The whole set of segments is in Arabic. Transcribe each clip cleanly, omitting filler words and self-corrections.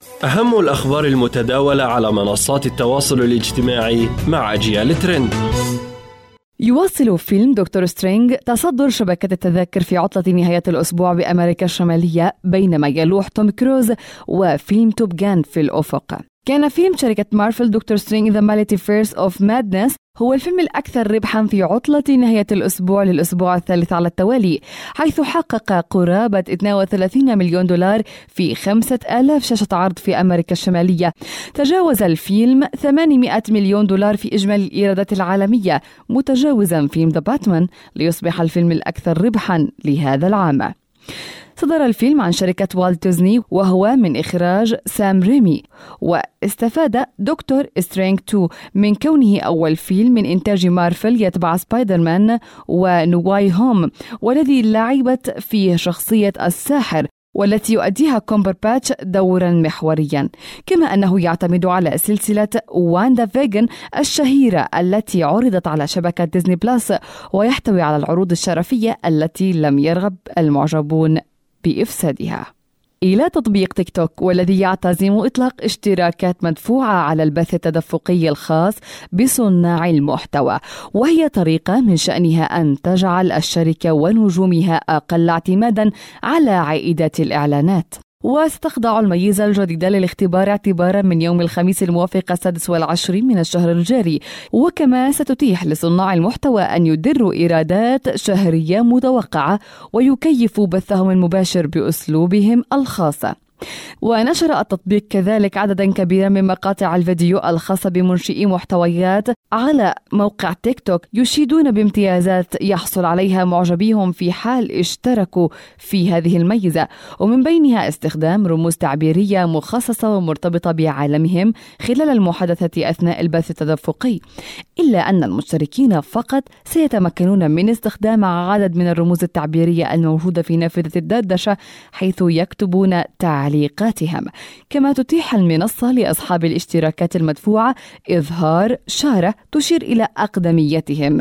أهم الأخبار المتداولة على منصات التواصل الاجتماعي مع أجيال ترند. يواصل فيلم دكتور سترينج تصدر شبكة التذاكر في عطلة نهاية الأسبوع بأمريكا الشمالية، بينما يلوح توم كروز وفيلم توب جان في الأفق. كان فيلم شركة مارفل دكتور سترينج The Multiverse of Madness هو الفيلم الأكثر ربحاً في عطلة نهاية الأسبوع للأسبوع الثالث على التوالي، حيث حقق قرابة 32 مليون دولار في 5000 شاشة عرض في أمريكا الشمالية. تجاوز الفيلم 800 مليون دولار في إجمالي الإيرادات العالمية، متجاوزاً فيلم ذا باتمان ليصبح الفيلم الأكثر ربحاً لهذا العام. صدر الفيلم عن شركة والت ديزني وهو من إخراج سام ريمي، واستفاد دكتور سترينج 2 من كونه أول فيلم من إنتاج مارفل يتبع سبايدر مان ونواي هوم، والذي لعبت فيه شخصية الساحر والتي يؤديها كومبرباتش دورا محوريا، كما أنه يعتمد على سلسلة واندا فيجن الشهيرة التي عرضت على شبكة ديزني بلاس، ويحتوي على العروض الشرفية التي لم يرغب المعجبون بإفسادها. إلى تطبيق تيك توك، والذي يعتزم إطلاق اشتراكات مدفوعة على البث التدفقي الخاص بصناع المحتوى، وهي طريقة من شأنها أن تجعل الشركة ونجومها أقل اعتمادا على عائدات الإعلانات. وستخضع الميزة الجديدة للاختبار اعتبارا من يوم الخميس الموافق 26 من الشهر الجاري، وكما ستتيح لصناع المحتوى أن يدروا إيرادات شهرية متوقعة ويكيفوا بثهم المباشر بأسلوبهم الخاصة. ونشر التطبيق كذلك عددا كبيرا من مقاطع الفيديو الخاصة بمنشئي محتويات على موقع تيك توك، يشيدون بامتيازات يحصل عليها معجبيهم في حال اشتركوا في هذه الميزة، ومن بينها استخدام رموز تعبيرية مخصصة ومرتبطة بعالمهم خلال المحادثة أثناء البث التدفقي، إلا أن المشتركين فقط سيتمكنون من استخدام عدد من الرموز التعبيرية الموجودة في نافذة الدردشة حيث يكتبون تعليقاتهم. كما تتيح المنصة لأصحاب الاشتراكات المدفوعة إظهار شارة تشير إلى أقدميتهم،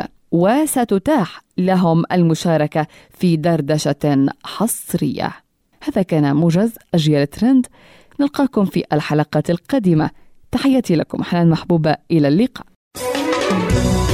وستتاح لهم المشاركة في دردشة حصرية. هذا كان موجز أجيال ترند، نلقاكم في الحلقات القادمة. تحياتي لكم حنان محبوبة، إلى اللقاء.